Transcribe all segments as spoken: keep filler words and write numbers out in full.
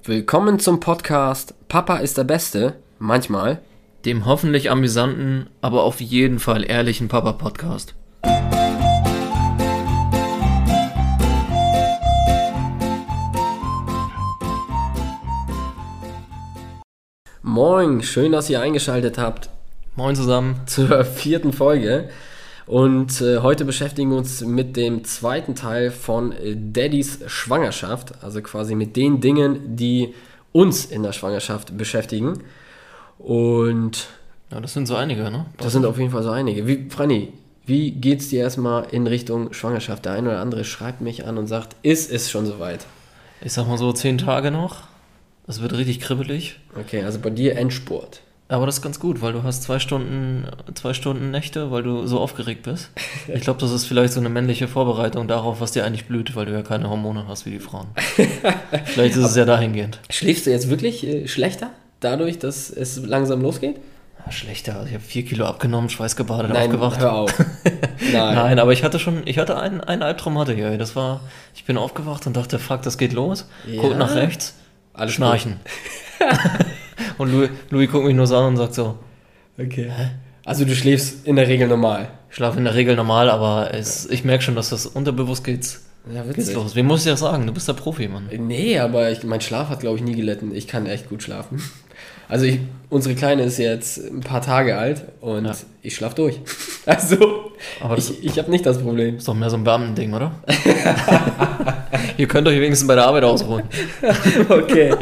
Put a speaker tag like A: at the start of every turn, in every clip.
A: Willkommen zum Podcast Papa ist der Beste, manchmal.
B: Dem hoffentlich amüsanten, aber auf jeden Fall ehrlichen Papa-Podcast.
A: Moin, schön, dass ihr eingeschaltet habt
B: Moin zusammen.
A: zur vierten Folge. Und äh, heute beschäftigen wir uns mit dem zweiten Teil von äh, Daddys Schwangerschaft, also quasi mit den Dingen, die uns in der Schwangerschaft beschäftigen. Und
B: Ja, das sind so einige, ne?
A: das sind auf jeden Fall so einige. Wie, Franny, wie geht's dir erstmal in Richtung Schwangerschaft? Der eine oder andere schreibt mich an und sagt, ist es schon soweit?
B: Ich sag mal so zehn Tage noch. Es wird richtig kribbelig.
A: Okay, also bei dir Endspurt.
B: Aber das ist ganz gut, weil du hast zwei Stunden, zwei Stunden Nächte, weil du so aufgeregt bist. Ich glaube, das ist vielleicht so eine männliche Vorbereitung darauf, was dir eigentlich blüht, weil du ja keine Hormone hast wie die Frauen. Vielleicht ist es ja dahingehend.
A: Schläfst du jetzt wirklich äh, schlechter, dadurch, dass es langsam losgeht?
B: Ja, schlechter. Also ich habe vier Kilo abgenommen, schweißgebadet,
A: Nein,
B: aufgewacht.
A: hör auf. Nein.
B: Nein, aber ich hatte schon, ich hatte einen, einen Albtraum hatte ich, ey. Das war, ich bin aufgewacht und dachte, fuck, das geht los.
A: Ja.
B: Guck nach rechts,
A: Alles
B: schnarchen. Und Louis, Louis guckt mich nur so an und sagt so,
A: Okay. Also du schläfst in der Regel normal.
B: ich schlafe in der Regel normal, aber es, ich merke schon, dass das unterbewusst geht's,
A: Ja,
B: geht's los. Wem muss ich das sagen? Du bist der Profi, Mann.
A: Nee, aber ich, mein Schlaf hat, glaube ich, nie gelitten. Ich kann echt gut schlafen. Also ich, unsere Kleine ist jetzt ein paar Tage alt und
B: Ja.
A: ich schlafe durch. Also
B: Aber das
A: ich, ich habe nicht das Problem.
B: ist doch mehr so ein Beamtending, oder? Ihr könnt euch wenigstens bei der Arbeit ausruhen.
A: Okay.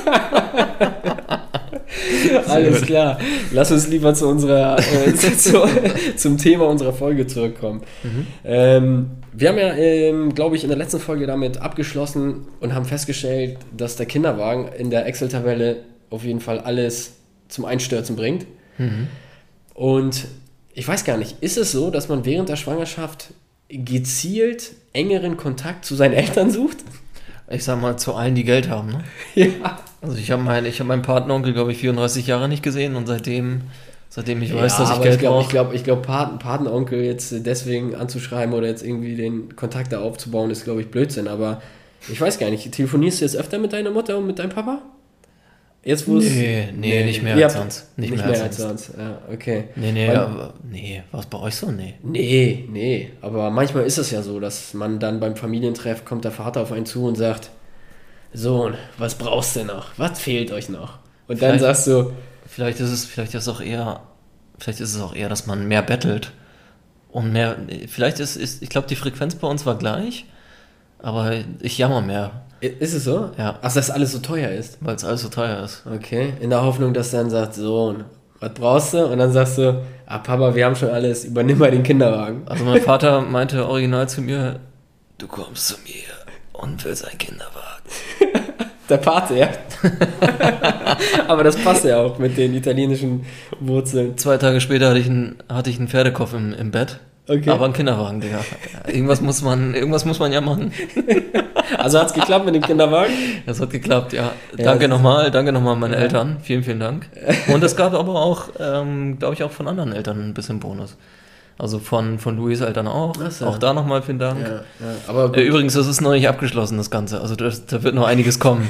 A: Alles
B: gut.
A: klar. Lass uns lieber zu unserer, äh, zu, zum Thema unserer Folge zurückkommen.
B: Mhm.
A: Ähm, wir haben ja, ähm, glaube ich, in der letzten Folge damit abgeschlossen und haben festgestellt, dass der Kinderwagen in der Excel-Tabelle auf jeden Fall alles zum Einstürzen bringt.
B: Mhm.
A: Und ich weiß gar nicht, ist es so, dass man während der Schwangerschaft gezielt engeren Kontakt zu seinen Eltern sucht?
B: Ich sag mal, zu allen, die Geld haben, ne?
A: Ja.
B: Also ich habe meinen, ich habe meinen Patenonkel, glaube ich, vierunddreißig Jahre nicht gesehen und seitdem, seitdem ich weiß,
A: ja,
B: dass ich
A: aber
B: Geld
A: ich glaube,
B: brauche.
A: ich glaube, ich glaube, Paten, Patenonkel jetzt deswegen anzuschreiben oder jetzt irgendwie den Kontakt da aufzubauen, ist, glaube ich, Blödsinn. Aber ich weiß gar nicht, telefonierst du jetzt öfter mit deiner Mutter und mit deinem Papa? Jetzt, wo es...
B: Nee, nee, nicht mehr
A: Ihr
B: als
A: habt-
B: sonst. Nicht,
A: Nicht
B: mehr,
A: mehr
B: als
A: als
B: sonst.
A: sonst, ja, okay.
B: Nee, nee,
A: Weil-
B: aber, nee, was bei euch so? Nee.
A: Nee, nee, aber manchmal ist es ja so, dass man dann beim Familientreff kommt der Vater auf einen zu und sagt, Sohn, was brauchst du noch? Was fehlt euch noch? Und dann
B: Vielleicht-
A: sagst du,
B: Vielleicht ist es, vielleicht ist es auch eher, vielleicht ist es auch eher, dass man mehr bettelt und mehr, vielleicht ist, ist ich glaube, die Frequenz bei uns war gleich, aber ich jammer mehr,
A: ist es so?
B: Ja.
A: Ach, dass alles so teuer ist?
B: weil es alles so teuer ist.
A: Okay, in der Hoffnung, dass dann sagt, Sohn, was brauchst du? Und dann sagst du, ah Papa, wir haben schon alles, übernimm mal den Kinderwagen.
B: Also mein Vater meinte original zu mir, du kommst zu mir und willst einen Kinderwagen.
A: Der Pate, ja. Aber das passt ja auch mit den italienischen Wurzeln.
B: Zwei Tage später hatte ich einen, hatte ich einen Pferdekopf im, im Bett,
A: Okay.
B: aber einen Kinderwagen, Digga. Irgendwas muss man, irgendwas muss man ja machen.
A: Also hat's geklappt mit dem Kinderwagen?
B: Das hat geklappt, ja.
A: Ja,
B: Danke
A: das-
B: nochmal, danke nochmal meine
A: Ja.
B: Eltern. Vielen, vielen Dank. Und es gab aber auch, ähm, glaube ich, auch von anderen Eltern ein bisschen Bonus. Also von, von Louis Eltern auch.
A: Ach so.
B: Auch da nochmal vielen Dank.
A: Ja, ja. Aber gut.
B: Äh, übrigens, das ist noch nicht abgeschlossen, das Ganze. Also da, da wird noch einiges kommen.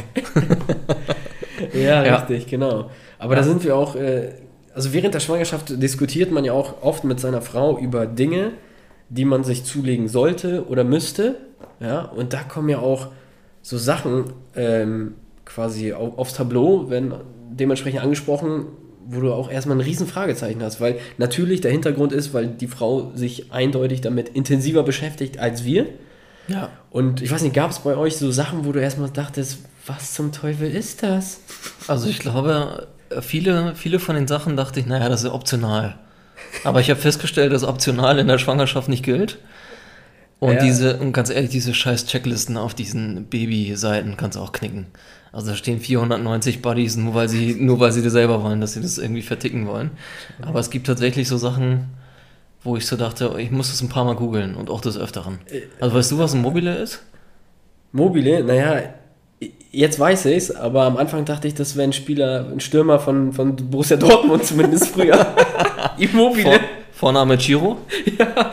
A: Ja,
B: Ja.
A: richtig, genau. Aber
B: Ja.
A: da sind wir auch, äh, also während der Schwangerschaft diskutiert man ja auch oft mit seiner Frau über Dinge, die man sich zulegen sollte oder müsste. Ja, und da kommen ja auch so Sachen ähm, quasi auf, aufs Tableau, wenn dementsprechend angesprochen, wo du auch erstmal ein riesen Fragezeichen hast, weil natürlich der Hintergrund ist, weil die Frau sich eindeutig damit intensiver beschäftigt als wir.
B: Ja.
A: Und ich weiß nicht, gab es bei euch so Sachen, wo du erstmal dachtest, was zum Teufel ist das?
B: Also ich glaube, viele, viele von den Sachen dachte ich, naja, das ist optional. Aber ich habe festgestellt, dass optional in der Schwangerschaft nicht gilt. Und
A: Ja.
B: diese, und ganz ehrlich, diese scheiß Checklisten auf diesen Baby-Seiten kannst du auch knicken. Also da stehen vierhundertneunzig Buddies, nur weil sie, nur weil sie das selber wollen, dass sie das irgendwie verticken wollen. Aber es gibt tatsächlich so Sachen, wo ich so dachte, ich muss das ein paar Mal googeln und auch des Öfteren. Also weißt du, was ein Mobile ist?
A: Mobile, naja, jetzt weiß ich's, aber am Anfang dachte ich, das wäre ein Spieler, ein Stürmer von, von Borussia Dortmund zumindest früher. Immobile.
B: Vor, Vorname Ciro.
A: Ja,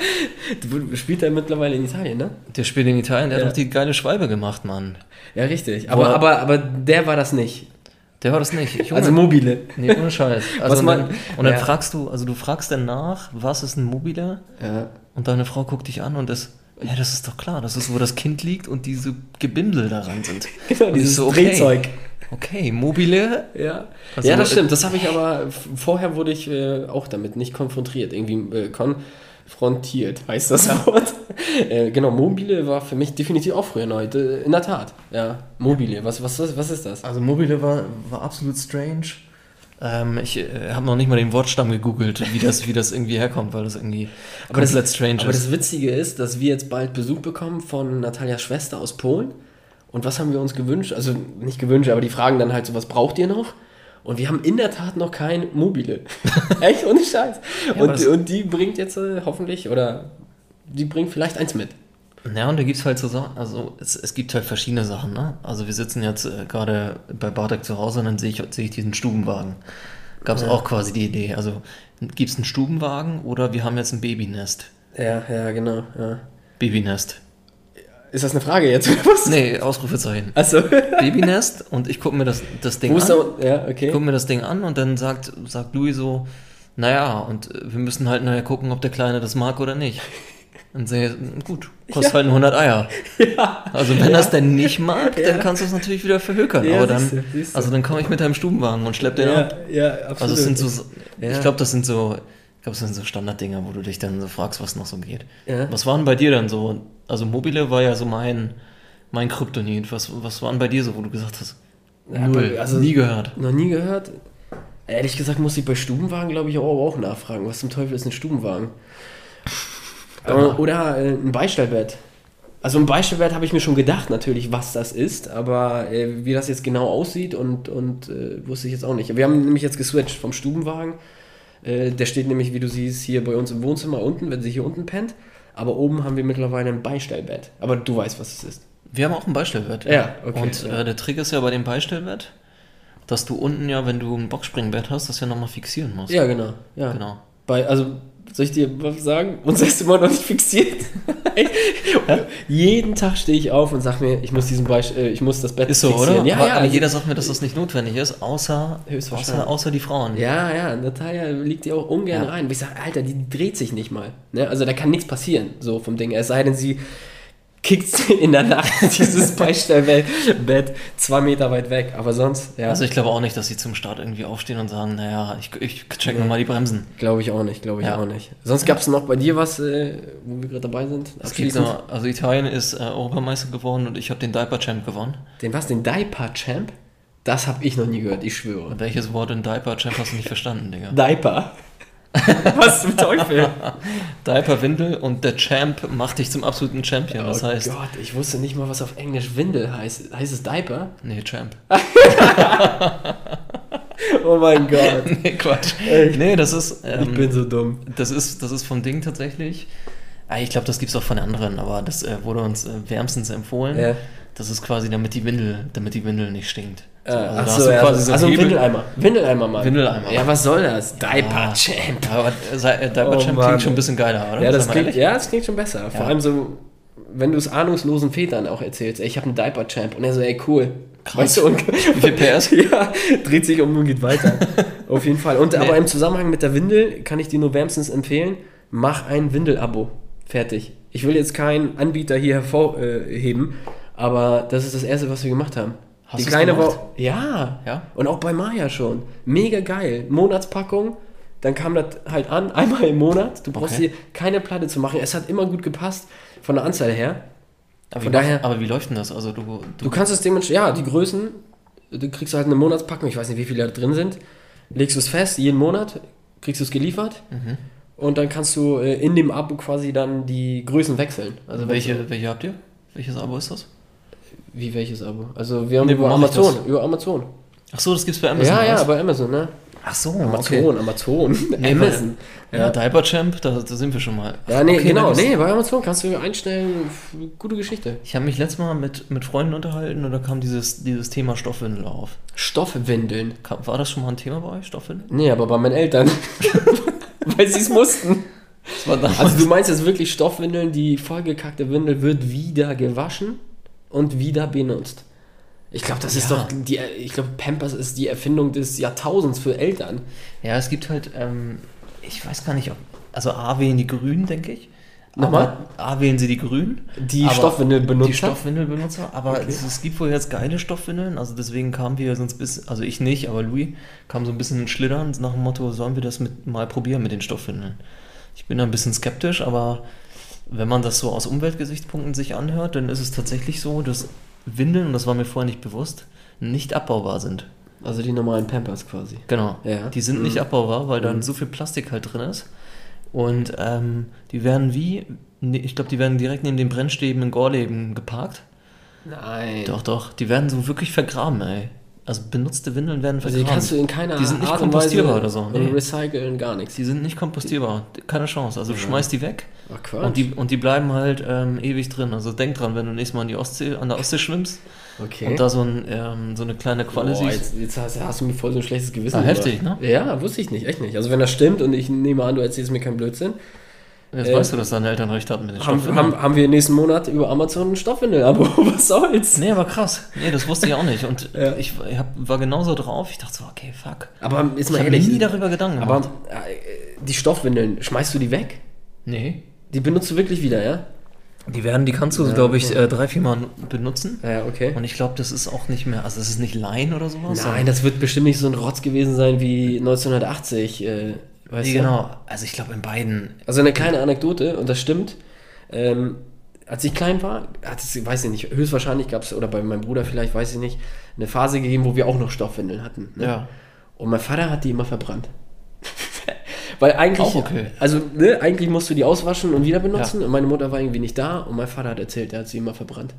A: du spielt er mittlerweile in Italien, ne?
B: Der spielt in Italien, der
A: Ja.
B: hat doch die geile Schwalbe gemacht, Mann.
A: Ja, richtig.
B: Wo
A: Aber,
B: er-
A: aber, aber der war das nicht.
B: Der war das nicht. Junge,
A: Also mobile.
B: nee, ohne Scheiß. Also
A: Was man-
B: dann, und dann
A: ja.
B: fragst du, also du fragst dann nach, was ist ein Mobile?
A: Ja.
B: Und deine Frau guckt dich an und das, ja, das ist doch klar, das ist, wo das Kind liegt und diese Gebindel daran sind.
A: Genau,
B: Und ich
A: dieses
B: so, okay,
A: Drehzeug.
B: Okay, Mobile.
A: Ja.
B: Also,
A: ja, das
B: äh,
A: stimmt. Das habe ich aber, f- vorher wurde ich äh, auch damit nicht konfrontiert. Irgendwie äh, konfrontiert, heißt das Wort. äh, genau, mobile war für mich definitiv auch früher neu. Äh, In der Tat. Ja, mobile. Was, was, was, was ist das?
B: Also Mobile war, war absolut strange. Ähm, ich äh, habe noch nicht mal den Wortstamm gegoogelt, wie das, wie das irgendwie herkommt, weil das irgendwie
A: Aber das-
B: komplett strange
A: Aber
B: ist.
A: das Witzige ist, dass wir jetzt bald Besuch bekommen von Natalias Schwester aus Polen. Und was haben wir uns gewünscht? Also nicht gewünscht, aber die fragen dann halt so, was braucht ihr noch? Und wir haben in der Tat noch kein Mobile. Echt, ohne Scheiß.
B: aber
A: und,
B: das-
A: und die bringt jetzt äh, hoffentlich, oder die bringt vielleicht eins mit.
B: Ja, und da gibt es halt so Sachen, also es, es gibt halt verschiedene Sachen, ne? Also wir sitzen jetzt äh, gerade bei Bartek zu Hause und dann sehe ich, sehe ich diesen Stubenwagen. Gab es
A: Ja.
B: auch quasi die Idee, also gibt es einen Stubenwagen oder wir haben jetzt ein Babynest.
A: Ja, ja, genau. Ja.
B: Babynest.
A: Ist das eine Frage jetzt, oder was?
B: Nee, Ausrufezeichen.
A: Achso.
B: Babynest und ich gucke mir das, das Ding
A: Wo
B: an.
A: ist da, ja, okay.
B: Guck mir das Ding an und dann sagt, sagt Louis so, naja, und äh, wir müssen halt nachher gucken, ob der Kleine das mag oder nicht. Und sehe, gut, kostet
A: Ja.
B: halt nur hundert Eier.
A: Ja.
B: Also wenn
A: Ja.
B: das denn nicht mag,
A: Ja.
B: dann kannst du es natürlich wieder verhökern.
A: Ja,
B: aber dann,
A: siehste, siehste.
B: also dann komme ich mit deinem Stubenwagen und schlepp den
A: Ja,
B: ab.
A: ja, absolut.
B: Also es sind so,
A: Ja.
B: ich glaube, das sind so, ich glaube, das sind so Standarddinger, wo du dich dann so fragst, was noch so geht.
A: Ja.
B: Was waren bei dir dann so? Also Mobile war ja so mein, mein Kryptonit. Was, was waren bei dir so, wo du gesagt hast,
A: Ja,
B: null,
A: also-
B: nie gehört.
A: Noch nie gehört. Ehrlich gesagt muss ich bei Stubenwagen, glaube ich, auch, auch nachfragen. Was zum Teufel ist ein Stubenwagen?
B: Ja.
A: Oder äh, ein Beistellbett. Also ein Beistellbett habe ich mir schon gedacht natürlich, was das ist, aber äh, wie das jetzt genau aussieht und, und äh, wusste ich jetzt auch nicht. Wir haben nämlich jetzt geswitcht vom Stubenwagen. Äh, der steht nämlich, wie du siehst, hier bei uns im Wohnzimmer unten, wenn sie hier unten pennt. Aber oben haben wir mittlerweile ein Beistellbett. Aber du weißt, was es ist.
B: Wir haben auch ein Beistellbett.
A: Ja, okay,
B: Und
A: ja.
B: Äh, der Trick ist ja bei dem Beistellbett, dass du unten ja, wenn du ein Boxspringbett hast, das ja nochmal fixieren musst.
A: Ja, genau. Ja.
B: Genau.
A: Bei, also, soll ich dir was sagen? Unser ist immer noch nicht fixiert. Echt? Jeden Tag stehe ich auf und sage mir, ich muss diesen Beisch, äh, ich muss das Bett
B: Ist so,
A: fixieren.
B: oder?
A: Ja,
B: Aber,
A: ja.
B: aber
A: also-
B: jeder sagt mir, dass das nicht notwendig ist, außer,
A: Höchstwahrscheinlich.
B: außer, außer die Frauen.
A: Ja, ja, Natalia liegt die auch ungern
B: Ja.
A: rein. Und ich sage, Alter, die dreht sich nicht mal. Ne? Also da kann nichts passieren, so vom Ding. Es sei denn, sie kickt in der Nacht dieses Beistellbett zwei Meter weit weg. Aber sonst, ja,
B: Also ich glaube auch nicht, dass sie zum Start irgendwie aufstehen und sagen, naja, ich, ich check
A: Nee.
B: nochmal die Bremsen.
A: glaube ich auch nicht, glaube ich
B: Ja.
A: auch nicht. Sonst gab es noch bei dir was, äh, wo wir gerade dabei sind?
B: Es gibt noch, also Italien ist äh, Europameister geworden und ich habe den Diaper Champ gewonnen.
A: Den was? Den Diaper Champ? Das habe ich noch nie gehört, ich schwöre.
B: Welches Wort in Diaper Champ hast du nicht verstanden, Digga?
A: Diaper. Was zum Teufel?
B: Diaper Windel und der Champ macht dich zum absoluten Champion. Das
A: oh
B: heißt,
A: Gott, ich wusste nicht mal, was auf Englisch Windel heißt. Heißt es Diaper?
B: nee, Champ.
A: Oh mein Gott.
B: nee, Quatsch.
A: Echt?
B: Nee, das ist, ähm,
A: Ich bin so dumm.
B: das ist, das ist vom Ding tatsächlich. Ah, ich glaube, das gibt's auch von anderen, aber das äh, wurde uns äh, wärmstens empfohlen.
A: Ja.
B: Das ist quasi, damit die Windel, damit die Windel nicht stinkt.
A: Äh,
B: So,
A: ach
B: da
A: so,
B: hast du
A: ja,
B: quasi so
A: also ein
B: Hebel-
A: Windeleimer. Windeleimer, Mann.
B: Windeleimer.
A: Ja, was soll das? Diaper
B: Ja.
A: Champ.
B: Ja, aber äh, sei- äh, Diaper
A: Oh,
B: Champ
A: Mann.
B: klingt schon ein bisschen geiler, oder?
A: Ja, das
B: Sag mal
A: klingt,
B: ehrlich.
A: ja, das klingt schon besser. Vor
B: Ja.
A: allem so, wenn du es ahnungslosen Vätern auch erzählst. Ey, ich habe einen Diaper Champ. Und er so, ey, cool.
B: Krass.
A: Weißt du, und,
B: Wie viel P S?
A: ja, dreht sich um und geht weiter. Auf jeden Fall. Und
B: Nee.
A: aber im Zusammenhang mit der Windel kann ich dir nur wärmstens empfehlen, mach ein Windel-Abo. Fertig. Ich will jetzt keinen Anbieter hier hervorheben, aber das ist das Erste, was wir gemacht haben.
B: Hast
A: Die
B: du's
A: kleine
B: gemacht?
A: war. Ja.
B: Ja?
A: Und auch bei Maya schon. Mega geil. Monatspackung. Dann kam das halt an, einmal im Monat. Du brauchst
B: Okay.
A: hier keine Platte zu machen. Es hat immer gut gepasst, von der Anzahl her.
B: Aber,
A: Von
B: wie
A: daher-
B: läuft, aber wie läuft denn das? Also du, du,
A: Du kannst es dementsprechend, ja, die Größen, du kriegst halt eine Monatspackung, ich weiß nicht, wie viele da drin sind, legst du es fest, jeden Monat kriegst du es geliefert
B: Mhm.
A: und dann kannst du äh, in dem Abo quasi dann die Größen wechseln. Also
B: Also welche, welche habt ihr? Welches Abo ist das?
A: Wie welches Abo? Also wir haben
B: Nee, wo
A: über
B: mach ich
A: Amazon,
B: das?
A: über Amazon.
B: Ach so, das gibt's bei Amazon.
A: Ja, ja,
B: was?
A: bei Amazon, ne?
B: Ach so,
A: Amazon,
B: okay.
A: Amazon,
B: Nee,
A: Amazon.
B: Ja,
A: Ja.
B: Diaper Champ, da, da sind wir schon mal.
A: Ja, nee,
B: Okay,
A: genau,
B: dann ist-
A: nee, bei Amazon kannst du einstellen, f- gute Geschichte.
B: Ich habe mich letztes Mal mit, mit Freunden unterhalten und da kam dieses, dieses Thema Stoffwindel auf.
A: Stoffwindeln.
B: Kam, war das schon mal ein Thema bei euch, Stoffwindel?
A: Nee, aber bei meinen Eltern. Weil sie es mussten.
B: Das war damals.
A: Also du meinst jetzt wirklich Stoffwindeln, die vollgekackte Windel wird wieder gewaschen und wieder benutzt. Ich glaube, das ist
B: Ja.
A: doch die, ich glaube, Pampers ist die Erfindung des Jahrtausends für Eltern.
B: Ja, es gibt halt, ähm, ich weiß gar nicht, ob, also A wählen die Grünen, denke ich.
A: Nochmal?
B: Aber A wählen sie die Grünen.
A: Die
B: aber
A: Stoffwindelbenutzer?
B: Die Stoffwindelbenutzer, aber
A: Okay.
B: es, es gibt wohl jetzt geile Stoffwindeln, also deswegen kamen wir sonst bis, also ich nicht, aber Louis kam so ein bisschen schlittern nach dem Motto, sollen wir das mit, mal probieren mit den Stoffwindeln. Ich bin da ein bisschen skeptisch, aber wenn man das so aus Umweltgesichtspunkten sich anhört, dann ist es tatsächlich so, dass Windeln, und das war mir vorher nicht bewusst, nicht abbaubar sind.
A: Also die normalen Pampers quasi.
B: Genau.
A: Ja.
B: Die sind
A: Mhm.
B: nicht abbaubar, weil dann
A: Mhm.
B: so viel Plastik halt drin ist. Und ähm, die werden wie, ne, ich glaube, die werden direkt neben den Brennstäben in Gorleben geparkt.
A: Nein.
B: Doch, doch. Die werden so wirklich vergraben, ey. Also benutzte Windeln werden
A: Also
B: vergraben.
A: die kannst du in keiner
B: Die sind nicht
A: Art und Weise
B: kompostierbar oder so, nee.
A: recyceln, gar nichts.
B: Die sind nicht kompostierbar. Keine Chance. Also
A: Ja.
B: schmeiß die weg.
A: Ach Quatsch.
B: Und die, und die bleiben halt ähm, ewig drin. Also denk dran, wenn du nächstes Mal an, die Ostsee, an der Ostsee schwimmst
A: okay.
B: und da so, ein, ähm, so eine kleine Qualle
A: Boah,
B: siehst.
A: jetzt, jetzt hast, hast du mir voll so ein schlechtes Gewissen.
B: Ah, heftig,
A: gemacht.
B: ne?
A: Ja, wusste ich nicht, echt nicht. Also wenn das stimmt und ich nehme an, du erzählst mir keinen Blödsinn,
B: Jetzt
A: äh,
B: weißt du, dass deine Eltern recht hatten mit den
A: haben,
B: Stoffwindeln.
A: haben, haben wir nächsten Monat über Amazon ein Stoffwindel-Abo. Was soll's?
B: Nee, aber krass. Nee, das wusste ich auch nicht. Und
A: Ja.
B: ich, ich hab, war genauso drauf. Ich dachte so, okay, fuck.
A: Aber ist
B: Ich
A: mal
B: habe mir
A: ehrlich,
B: nie darüber Gedanken
A: aber
B: gemacht.
A: äh, die Stoffwindeln, schmeißt du die weg?
B: Nee.
A: Die benutzt du wirklich wieder, ja?
B: Die werden, die kannst du,
A: Ja,
B: glaube ich,
A: okay.
B: äh, drei, vier Mal benutzen.
A: Ja, okay.
B: Und ich glaube, das ist auch nicht mehr, also das ist nicht Lein oder sowas.
A: Nein, das wird bestimmt nicht so ein Rotz gewesen sein wie neunzehnhundertachtzig. Äh, weißt
B: nee,
A: du?
B: genau. Also ich glaube, in beiden.
A: Also eine kleine Anekdote, und das stimmt. Ähm, als ich klein war, hat es, weiß ich nicht, höchstwahrscheinlich gab es, oder bei meinem Bruder vielleicht, weiß ich nicht, eine Phase gegeben, wo wir auch noch Stoffwindeln hatten. Ne?
B: Ja.
A: Und mein Vater hat die immer verbrannt. Weil eigentlich,
B: Auch okay.
A: also ne, eigentlich musst du die auswaschen und wieder benutzen.
B: Ja.
A: Und meine Mutter war irgendwie nicht da und mein Vater hat erzählt, der hat sie immer verbrannt.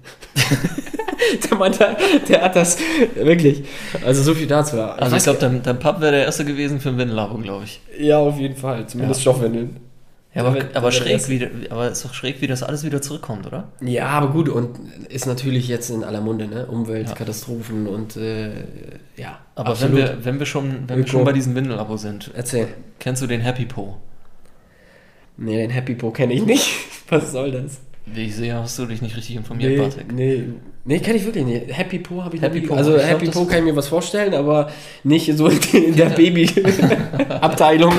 A: der meinte, der hat das wirklich. Also so viel dazu.
B: Also ich glaube, dein, dein Pap wäre der Erste gewesen für ein Windelabo, glaube ich.
A: ja, auf jeden Fall. Zumindest
B: Ja.
A: Stoffwindeln.
B: Ja, aber,
A: Der wär-
B: aber
A: der wär
B: schräg,
A: das-
B: wie, aber ist doch schräg, wie das alles wieder zurückkommt, oder?
A: Ja, aber gut, und ist natürlich jetzt in aller Munde, ne? Umweltkatastrophen und äh, ja.
B: Aber
A: absolut.
B: wenn wir, wenn wir schon, wenn wir
A: Öko.
B: schon bei diesem Windelabo sind,
A: Erzähl.
B: kennst du den Happy Po?
A: Nee, den Happy Po kenne ich nicht. Was soll das?
B: Wie ich sehe, hast du dich nicht richtig informiert,
A: Nee,
B: Bartek.
A: nee, nee kenne ich wirklich nicht. Happy Po habe ich
B: Happy
A: noch nie.
B: Po,
A: Also
B: ich glaub,
A: Happy
B: das-
A: Po kann ich mir was vorstellen, aber nicht so in, in der Baby-Abteilung.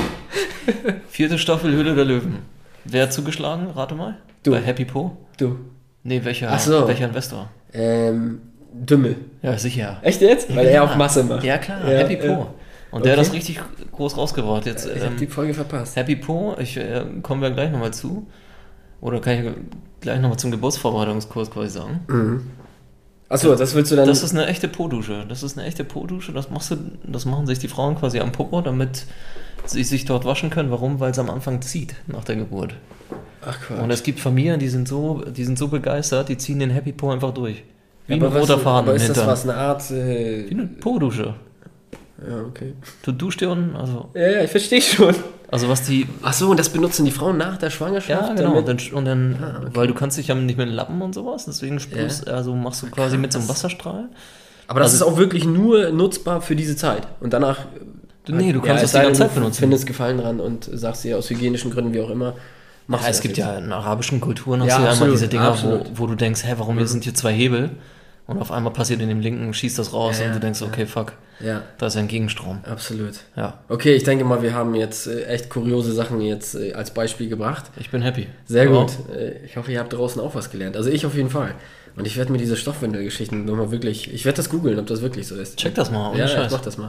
B: Vierte Staffel Höhle der Löwen. Wer hat zugeschlagen? Rate mal.
A: Du.
B: Bei Happy Po?
A: Du.
B: Nee, welcher,
A: Ach so.
B: welcher Investor?
A: Ähm, Dümmel.
B: Ja, sicher.
A: Echt jetzt? Weil
B: ja,
A: er auf Masse macht.
B: Ja, klar,
A: Ja,
B: Happy Po.
A: ja.
B: Und der hat
A: Okay.
B: das richtig groß rausgebracht. Jetzt,
A: Ich habe
B: ähm,
A: die Folge verpasst.
B: Happy Po, ich äh, kommen wir gleich nochmal zu. Oder kann ich gleich nochmal zum Geburtsvorbereitungskurs quasi sagen.
A: Mhm. Achso, das willst du dann...
B: Das ist eine echte Po-Dusche. Das ist eine echte Po-Dusche. Das machst du, das machen sich die Frauen quasi am Popo, damit sie sich dort waschen können. Warum? Weil es am Anfang zieht nach der Geburt.
A: Ach Quatsch.
B: Und es gibt Familien, die sind so, die sind so begeistert, die ziehen den Happy Po einfach durch. Wie
A: aber
B: ein
A: was-
B: roter Faden
A: aber
B: im
A: ist das
B: Hintern.
A: was, eine Art... Äh,
B: Wie eine Po-Dusche.
A: ja, okay.
B: Du duschst dir unten, also,
A: Ja, ja, ich verstehe schon.
B: also was die.
A: Ach so, und das benutzen die Frauen nach der Schwangerschaft?
B: Ja, genau. Und
A: damit-
B: dann, und dann
A: Ah, okay.
B: weil du kannst dich ja nicht mit Lappen und sowas, deswegen sprühst, also machst du quasi mit so einem Wasserstrahl.
A: Aber das
B: Also-
A: ist auch wirklich nur nutzbar für diese Zeit. Und danach.
B: Nee, du kannst
A: es
B: das
A: sei
B: die
A: denn,
B: ganze Zeit
A: du
B: benutzen.
A: findest Gefallen dran und sagst dir aus hygienischen Gründen, wie auch immer, machst
B: Ja,
A: du
B: es
A: das
B: gibt
A: jetzt.
B: ja in arabischen Kulturen hast
A: Ja,
B: du ja immer
A: absolut,
B: diese Dinger, wo,
A: absolut.
B: wo du denkst, hä, warum hier sind hier zwei Hebel? Und auf einmal passiert in dem linken, schießt das raus
A: Ja,
B: und du
A: ja,
B: denkst,
A: ja.
B: okay, fuck,
A: Ja,
B: da ist ja ein Gegenstrom.
A: absolut.
B: Ja,
A: Okay, ich denke mal, wir haben jetzt äh, echt kuriose Sachen jetzt äh, als Beispiel gebracht.
B: ich bin happy.
A: Sehr
B: Ja.
A: gut. Äh, ich hoffe, ihr habt draußen auch was gelernt. Also ich auf jeden Fall. Und ich werde mir diese Stoffwindelgeschichten nochmal wirklich, ich werde das googeln, ob das wirklich so ist.
B: Check das mal, ohne
A: Ja,
B: Scheiß.
A: ich mach das mal.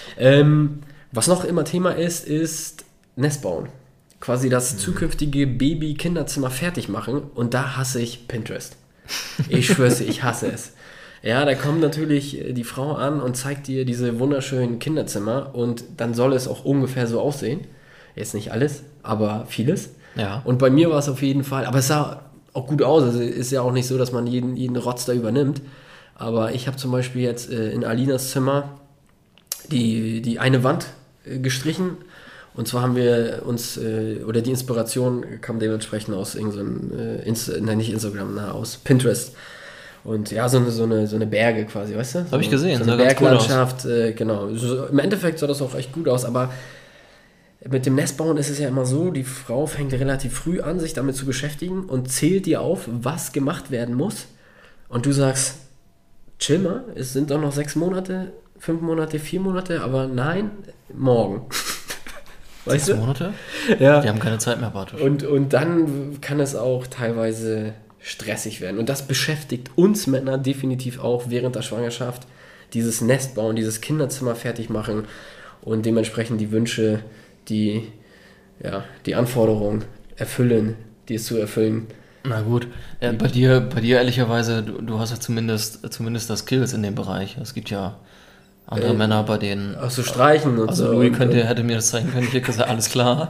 A: Ähm, was noch immer Thema ist, ist Nest bauen. Quasi das
B: Mhm.
A: zukünftige Baby-Kinderzimmer fertig machen. Und da hasse ich Pinterest. Ich schwör's dir, ich hasse es. Ja, da kommt natürlich die Frau an und zeigt dir diese wunderschönen Kinderzimmer und dann soll es auch ungefähr so aussehen. Jetzt nicht alles, aber vieles.
B: Ja.
A: Und bei mir war es auf jeden Fall, aber es sah auch gut aus. Also ist ja auch nicht so, dass man jeden, jeden Rotz da übernimmt. Aber ich habe zum Beispiel jetzt äh, in Alinas Zimmer die, die eine Wand äh, gestrichen. Und zwar haben wir uns, äh, oder die Inspiration kam dementsprechend aus irgendeinem, äh, Inst nein, nicht Instagram, na, aus Pinterest. Und ja, so eine, so eine, so eine Berge quasi, weißt du?
B: Hab ich gesehen,
A: so
B: sah
A: eine
B: ganz cool aus.
A: Berglandschaft, äh, genau. So, im Endeffekt sah das auch echt gut aus, aber mit dem Nestbauen ist es ja immer so, die Frau fängt relativ früh an, sich damit zu beschäftigen und zählt dir auf, was gemacht werden muss. Und du sagst, chill mal, es sind doch noch sechs Monate, fünf Monate, vier Monate, aber nein, morgen.
B: Weißt sechs du? Monate?
A: Ja.
B: Die haben keine Zeit mehr, Bartusch.
A: Und, und dann kann es auch teilweise stressig werden. Und das beschäftigt uns Männer definitiv auch während der Schwangerschaft. Dieses Nestbauen, dieses Kinderzimmer fertig machen und dementsprechend die Wünsche, die, ja, die Anforderungen erfüllen, die es zu erfüllen.
B: Na gut, ja, bei dir, bei dir ehrlicherweise, du, du hast ja zumindest, zumindest das Skills in dem Bereich. Es gibt ja andere äh, Männer, bei denen...
A: Ach so, streichen und
B: also
A: so.
B: Also Louis
A: und,
B: könnte, hätte mir das zeigen können, ich hätte gesagt, alles klar.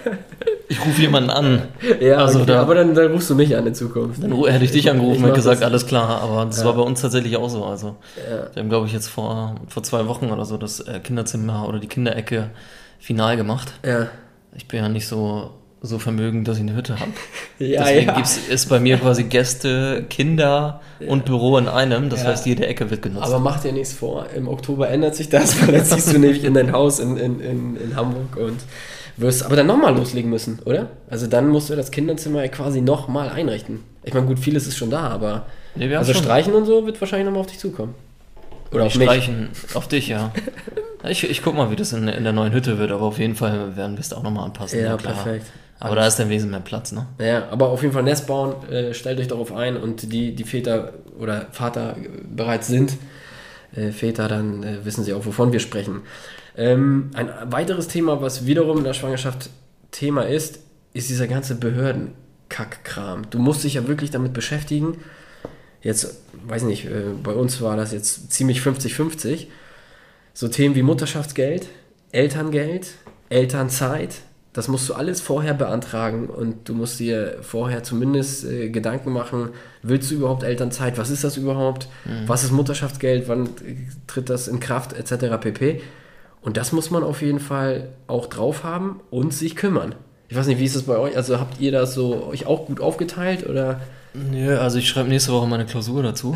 B: Ich rufe jemanden an.
A: Ja,
B: also
A: okay,
B: da,
A: aber dann, dann rufst du mich an in Zukunft.
B: Dann hätte ich dich angerufen und gesagt, alles klar. Aber das
A: ja.
B: war bei uns tatsächlich auch so. Also
A: ja.
B: Wir haben, glaube ich, jetzt vor, vor zwei Wochen oder so das Kinderzimmer oder die Kinderecke final gemacht.
A: Ja.
B: Ich bin ja nicht so... so vermögend, dass ich eine Hütte habe.
A: Ja,
B: Deswegen
A: ja.
B: Gibt's, ist bei mir quasi Gäste, Kinder ja. und Büro in einem. Das
A: ja.
B: heißt, jede Ecke wird genutzt.
A: Aber mach dir nichts vor. Im Oktober ändert sich das, weil dann ziehst du nämlich in dein Haus in, in, in, in Hamburg und wirst aber dann nochmal loslegen müssen, oder? Also dann musst du das Kinderzimmer quasi nochmal einrichten. Ich meine, gut, vieles ist schon da, aber
B: nee,
A: also
B: schon.
A: Streichen und so wird wahrscheinlich nochmal auf dich zukommen. Oder auf mich.
B: Streichen auf dich, ja. Ich, ich guck mal, wie das in, in der neuen Hütte wird, aber auf jeden Fall werden wir es auch nochmal anpassen.
A: Ja,
B: ja klar.
A: perfekt.
B: Aber da ist dann wesentlich mehr Platz, ne?
A: Ja, aber auf jeden Fall Nest bauen, äh, stellt euch darauf ein und die, die Väter oder Vater bereits sind, äh, Väter, dann äh, wissen sie auch, wovon wir sprechen. Ähm, ein weiteres Thema, was wiederum in der Schwangerschaft Thema ist, ist dieser ganze Behörden-Kack-Kram. Du musst dich ja wirklich damit beschäftigen. Jetzt, weiß nicht, äh, bei uns war das jetzt ziemlich fünfzig fünfzig. So Themen wie Mutterschaftsgeld, Elterngeld, Elternzeit, das musst du alles vorher beantragen und du musst dir vorher zumindest äh, Gedanken machen, willst du überhaupt Elternzeit, was ist das überhaupt, mhm. was ist Mutterschaftsgeld, wann äh, tritt das in Kraft, et cetera pp. Und das muss man auf jeden Fall auch drauf haben und sich kümmern. Ich weiß nicht, wie ist das bei euch, also habt ihr das so euch auch gut aufgeteilt oder...
B: Nö, also ich schreibe nächste Woche meine Klausur dazu.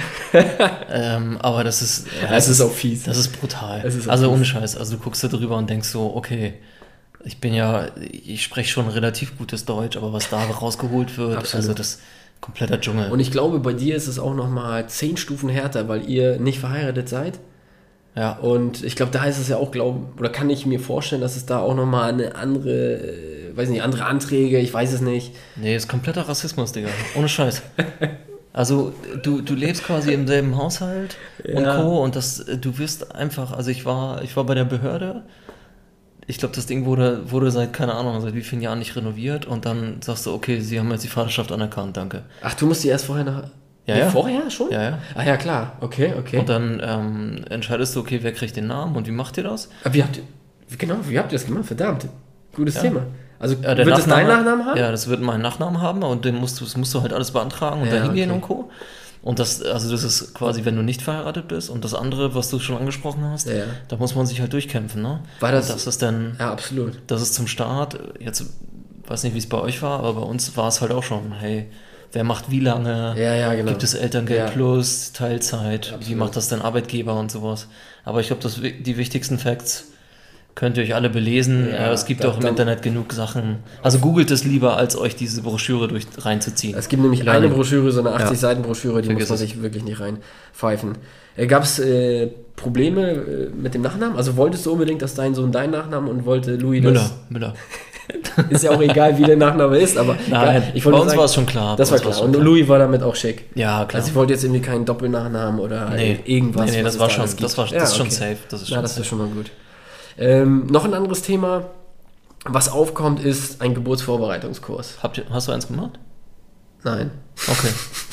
B: ähm, aber das ist... Ja,
A: das, das ist auch fies.
B: Das ist brutal.
A: Das ist
B: also
A: fies.
B: Ohne Scheiß, also du guckst da drüber und denkst so, okay... Ich bin ja, ich spreche schon relativ gutes Deutsch, aber was da rausgeholt wird,
A: Absolut.
B: also das ist kompletter Dschungel.
A: Und ich glaube, bei dir ist es auch nochmal zehn Stufen härter, weil ihr nicht verheiratet seid.
B: Ja.
A: Und ich glaube, da ist es ja auch, glaube oder kann ich mir vorstellen, dass es da auch nochmal eine andere, äh, weiß nicht, andere Anträge, ich weiß es nicht.
B: Nee, ist kompletter Rassismus, Digga. Ohne Scheiß. Also du, du lebst quasi im selben Haushalt ja. und Co. Und das, du wirst einfach, also ich war, ich war bei der Behörde. Ich glaube, das Ding wurde, wurde seit, keine Ahnung, seit wie vielen Jahren nicht renoviert und dann sagst du, okay, sie haben jetzt die Vaterschaft anerkannt, danke.
A: Ach, du musst die erst vorher nach...
B: Ja,
A: nee,
B: ja.
A: Vorher schon?
B: Ja, ja.
A: Ah ja, klar, okay, okay.
B: Und dann ähm, entscheidest du, okay, wer kriegt den Namen und wie macht ihr das?
A: Aber wie habt ihr, genau, wie habt ihr das gemacht? Verdammt, gutes
B: ja.
A: Thema. Also
B: ja,
A: wird das deinen Nachnamen haben?
B: Ja, das wird meinen Nachnamen haben und den musst du, das musst du halt alles beantragen und
A: ja,
B: da hingehen
A: okay.
B: und Co. Und das, also das ist quasi, wenn du nicht verheiratet bist und das andere, was du schon angesprochen hast,
A: ja.
B: da muss man sich halt durchkämpfen, ne?
A: War das?
B: Und das ist dann,
A: ja, absolut.
B: Das ist zum Start, jetzt weiß nicht, wie es bei euch war, aber bei uns war es halt auch schon, hey, wer macht wie lange?
A: Ja, ja, genau.
B: Gibt es Elterngeld
A: ja.
B: plus, Teilzeit? Absolut. Wie macht das denn Arbeitgeber und sowas? Aber ich glaube, die wichtigsten Facts könnt ihr euch alle belesen.
A: Ja,
B: es gibt
A: da,
B: auch im Internet genug Sachen. Also googelt es lieber, als euch diese Broschüre durch, reinzuziehen.
A: Es gibt nämlich
B: Lernen.
A: eine Broschüre, so eine achtzig
B: ja.
A: Seiten Broschüre, die
B: Vergiss
A: muss man
B: es.
A: sich wirklich nicht reinpfeifen. Äh, Gab es äh, Probleme äh, mit dem Nachnamen? Also wolltest du unbedingt, dass dein Sohn deinen Nachnamen und wollte Louis
B: Müller,
A: das...
B: Müller.
A: Ist ja auch egal, wie der Nachname ist, aber
B: Nein,
A: ja, ich wollte
B: bei uns
A: sagen,
B: war es schon klar.
A: Das war klar. Und
B: klar.
A: Louis war damit auch schick.
B: Ja, klar.
A: Also ich wollte jetzt irgendwie keinen Doppelnachnamen oder
B: nee.
A: irgendwas.
B: Nee, nee, das war
A: da
B: schon, das war, das
A: ja,
B: ist schon
A: okay.
B: safe. Das ist schon
A: ja, das
B: safe.
A: ist schon mal gut. Ähm, noch ein anderes Thema, was aufkommt, ist ein Geburtsvorbereitungskurs.
B: Habt ihr, hast du eins gemacht?
A: Nein.
B: Okay.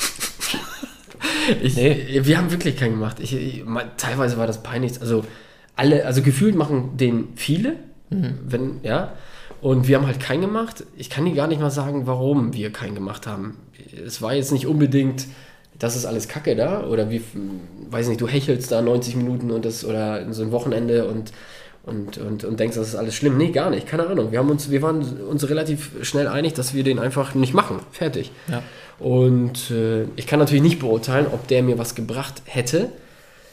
A: ich, nee. Wir haben wirklich keinen gemacht. Ich, ich, teilweise war das peinlich. Also alle, also gefühlt machen den viele, mhm. wenn, ja. Und wir haben halt keinen gemacht. Ich kann dir gar nicht mal sagen, warum wir keinen gemacht haben. Es war jetzt nicht unbedingt, das ist alles Kacke da, oder wie, weiß nicht, du hechelst da neunzig Minuten und das, oder so ein Wochenende und, und, und, und denkst, das ist alles schlimm. Nee, gar nicht, keine Ahnung. Wir haben uns, wir waren uns relativ schnell einig, dass wir den einfach nicht machen. Fertig.
B: Ja.
A: Und äh, ich kann natürlich nicht beurteilen, ob der mir was gebracht hätte.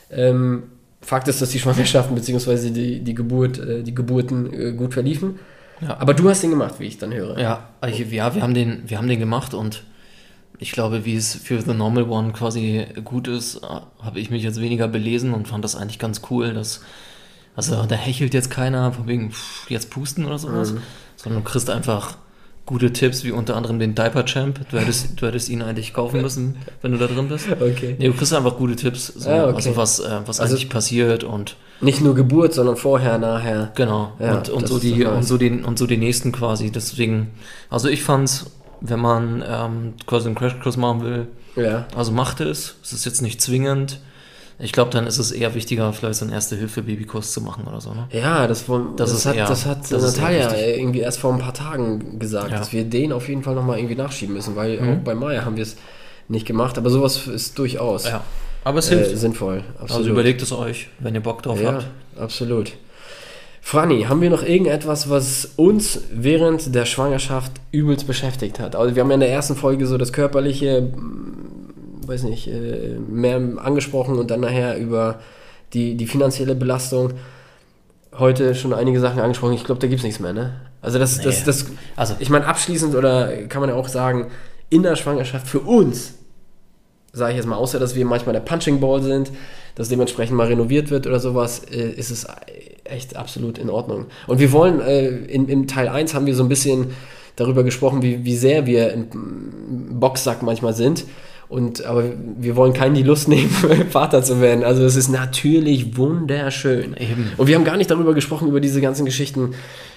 A: Ähm, Fakt ist, dass die Schwangerschaften bzw. die, die Geburt, äh, die Geburten äh, gut verliefen.
B: Ja.
A: Aber du hast den gemacht, wie ich dann höre.
B: Ja, ich, ja wir, haben den, wir haben den gemacht und ich glaube, wie es für The Normal One quasi gut ist, habe ich mich jetzt weniger belesen und fand das eigentlich ganz cool, dass, also da hechelt jetzt keiner von wegen pff, jetzt pusten oder sowas, mhm. sondern du kriegst einfach gute Tipps, wie unter anderem den Diaper Champ. Du hättest, du hättest ihn eigentlich kaufen müssen, wenn du da drin bist.
A: Okay.
B: Nee, du kriegst einfach gute Tipps, so, ah, okay. also was, äh, was also eigentlich passiert und
A: nicht nur Geburt, sondern vorher, nachher.
B: Genau. Ja, und, und, so die, und, so den, und so die nächsten quasi. Deswegen, also ich fand's, wenn man ähm, quasi einen Crashkurs machen will,
A: ja.
B: also macht es. Es ist jetzt nicht zwingend. Ich glaube, dann ist es eher wichtiger, vielleicht so einen Erste-Hilfe-Babykurs zu machen oder so. Ne?
A: Ja, das, das,
B: das,
A: das
B: ist
A: hat,
B: eher,
A: das hat
B: das
A: Natalia irgendwie erst vor ein paar Tagen gesagt,
B: ja.
A: dass wir den auf jeden Fall nochmal irgendwie nachschieben müssen, weil
B: mhm.
A: auch bei Maya haben wir es nicht gemacht, aber sowas ist durchaus
B: ja. aber es hilft.
A: Äh, sinnvoll. Absolut.
B: Also überlegt es euch, wenn ihr Bock drauf
A: ja,
B: habt.
A: Absolut. Franny, haben wir noch irgendetwas, was uns während der Schwangerschaft übelst beschäftigt hat? Also wir haben ja in der ersten Folge so das Körperliche, weiß nicht, mehr angesprochen und dann nachher über die, die finanzielle Belastung. Heute schon einige Sachen angesprochen. Ich glaube, da gibt es nichts mehr, ne? Also das, nee. das, das, also ich meine abschließend oder kann man ja auch sagen, in der Schwangerschaft für uns, sage ich jetzt mal, außer dass wir manchmal der Punching Ball sind, dass dementsprechend mal renoviert wird oder sowas, äh, ist es echt absolut in Ordnung. Und wir wollen, äh, in, in Teil eins haben wir so ein bisschen darüber gesprochen, wie, wie sehr wir im Boxsack manchmal sind. Und, aber wir wollen keinen die Lust nehmen, Vater zu werden. Also es ist natürlich wunderschön.
B: Eben.
A: Und wir haben gar nicht darüber gesprochen, über diese ganzen Geschichten.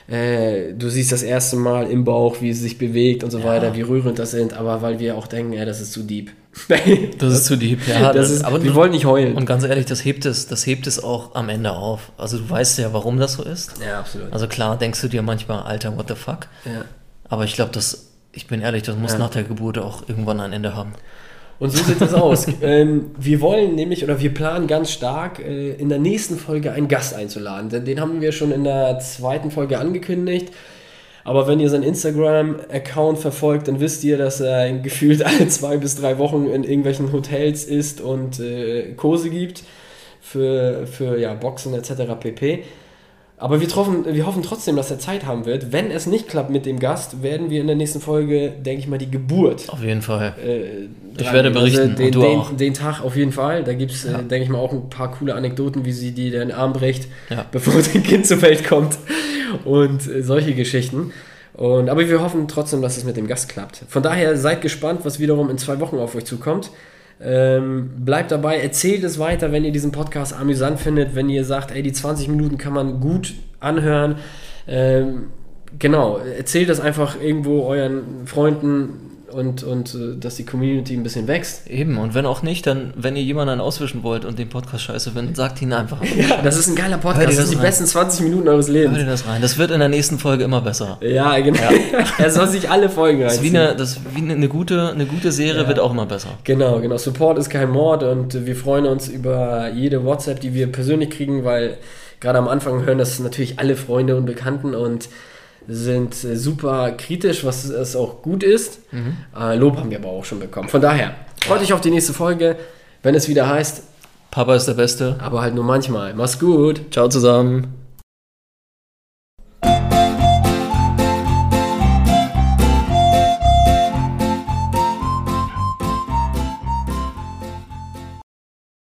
A: Äh, du siehst das erste Mal im Bauch, wie es sich bewegt und so ja. weiter, wie rührend das sind. Aber weil wir auch denken, ja, das ist zu deep.
B: das, das ist zu deep, ja.
A: Das ist, aber wir wollen nicht heulen.
B: Und ganz ehrlich, das hebt es, das hebt es auch am Ende auf. Also du weißt ja, warum das so ist.
A: Ja, absolut.
B: Also klar denkst du dir manchmal, Alter, what the fuck?
A: Ja.
B: Aber ich glaube, das, ich bin ehrlich, das muss ja. nach der Geburt auch irgendwann ein Ende haben.
A: Und so sieht es aus. ähm, wir wollen nämlich, oder wir planen ganz stark, äh, in der nächsten Folge einen Gast einzuladen. Den, den haben wir schon in der zweiten Folge angekündigt. Aber wenn ihr seinen Instagram-Account verfolgt, dann wisst ihr, dass er gefühlt alle zwei bis drei Wochen in irgendwelchen Hotels ist und äh, Kurse gibt für, für ja, Boxen et cetera pp. Aber wir, troffen, wir hoffen trotzdem, dass er Zeit haben wird. Wenn es nicht klappt mit dem Gast, werden wir in der nächsten Folge, denke ich mal, die Geburt.
B: Auf jeden Fall.
A: Äh,
B: ich werde berichten.
A: Also den,
B: und du
A: den,
B: auch.
A: Den Tag auf jeden Fall. Da gibt es, ja. äh, denke ich mal, auch ein paar coole Anekdoten, wie sie dir den Arm bricht,
B: ja.
A: bevor dein Kind zur Welt kommt. Und äh, solche Geschichten. Und, aber wir hoffen trotzdem, dass es mit dem Gast klappt. Von daher seid gespannt, was wiederum in zwei Wochen auf euch zukommt. Ähm, bleibt dabei, erzählt es weiter, wenn ihr diesen Podcast amüsant findet, wenn ihr sagt, ey, die zwanzig Minuten kann man gut anhören. Ähm, genau, erzählt das einfach irgendwo euren Freunden und, und dass die Community ein bisschen wächst.
B: Eben, und wenn auch nicht, dann, wenn ihr jemanden auswischen wollt und den Podcast scheiße findet, sagt ihn einfach.
A: Ja, das ist ein geiler Podcast, das, das sind die rein. besten zwanzig Minuten eures Lebens.
B: Hör dir das rein, das wird in der nächsten Folge immer besser.
A: Ja, genau. Ja. Er soll sich alle Folgen
B: reinziehen. Das ist wie eine, das ist wie eine, gute, eine gute Serie, ja. wird auch immer besser.
A: Genau, genau. Support ist kein Mord und wir freuen uns über jede WhatsApp, die wir persönlich kriegen, weil gerade am Anfang hören das natürlich alle Freunde und Bekannten und sind super kritisch, was es auch gut ist. Mhm. Äh, Lob haben wir aber auch schon bekommen. Von daher, freut euch auf die nächste Folge, wenn es wieder heißt,
B: Papa ist der Beste.
A: Aber halt nur manchmal. Mach's gut.
B: Ciao zusammen.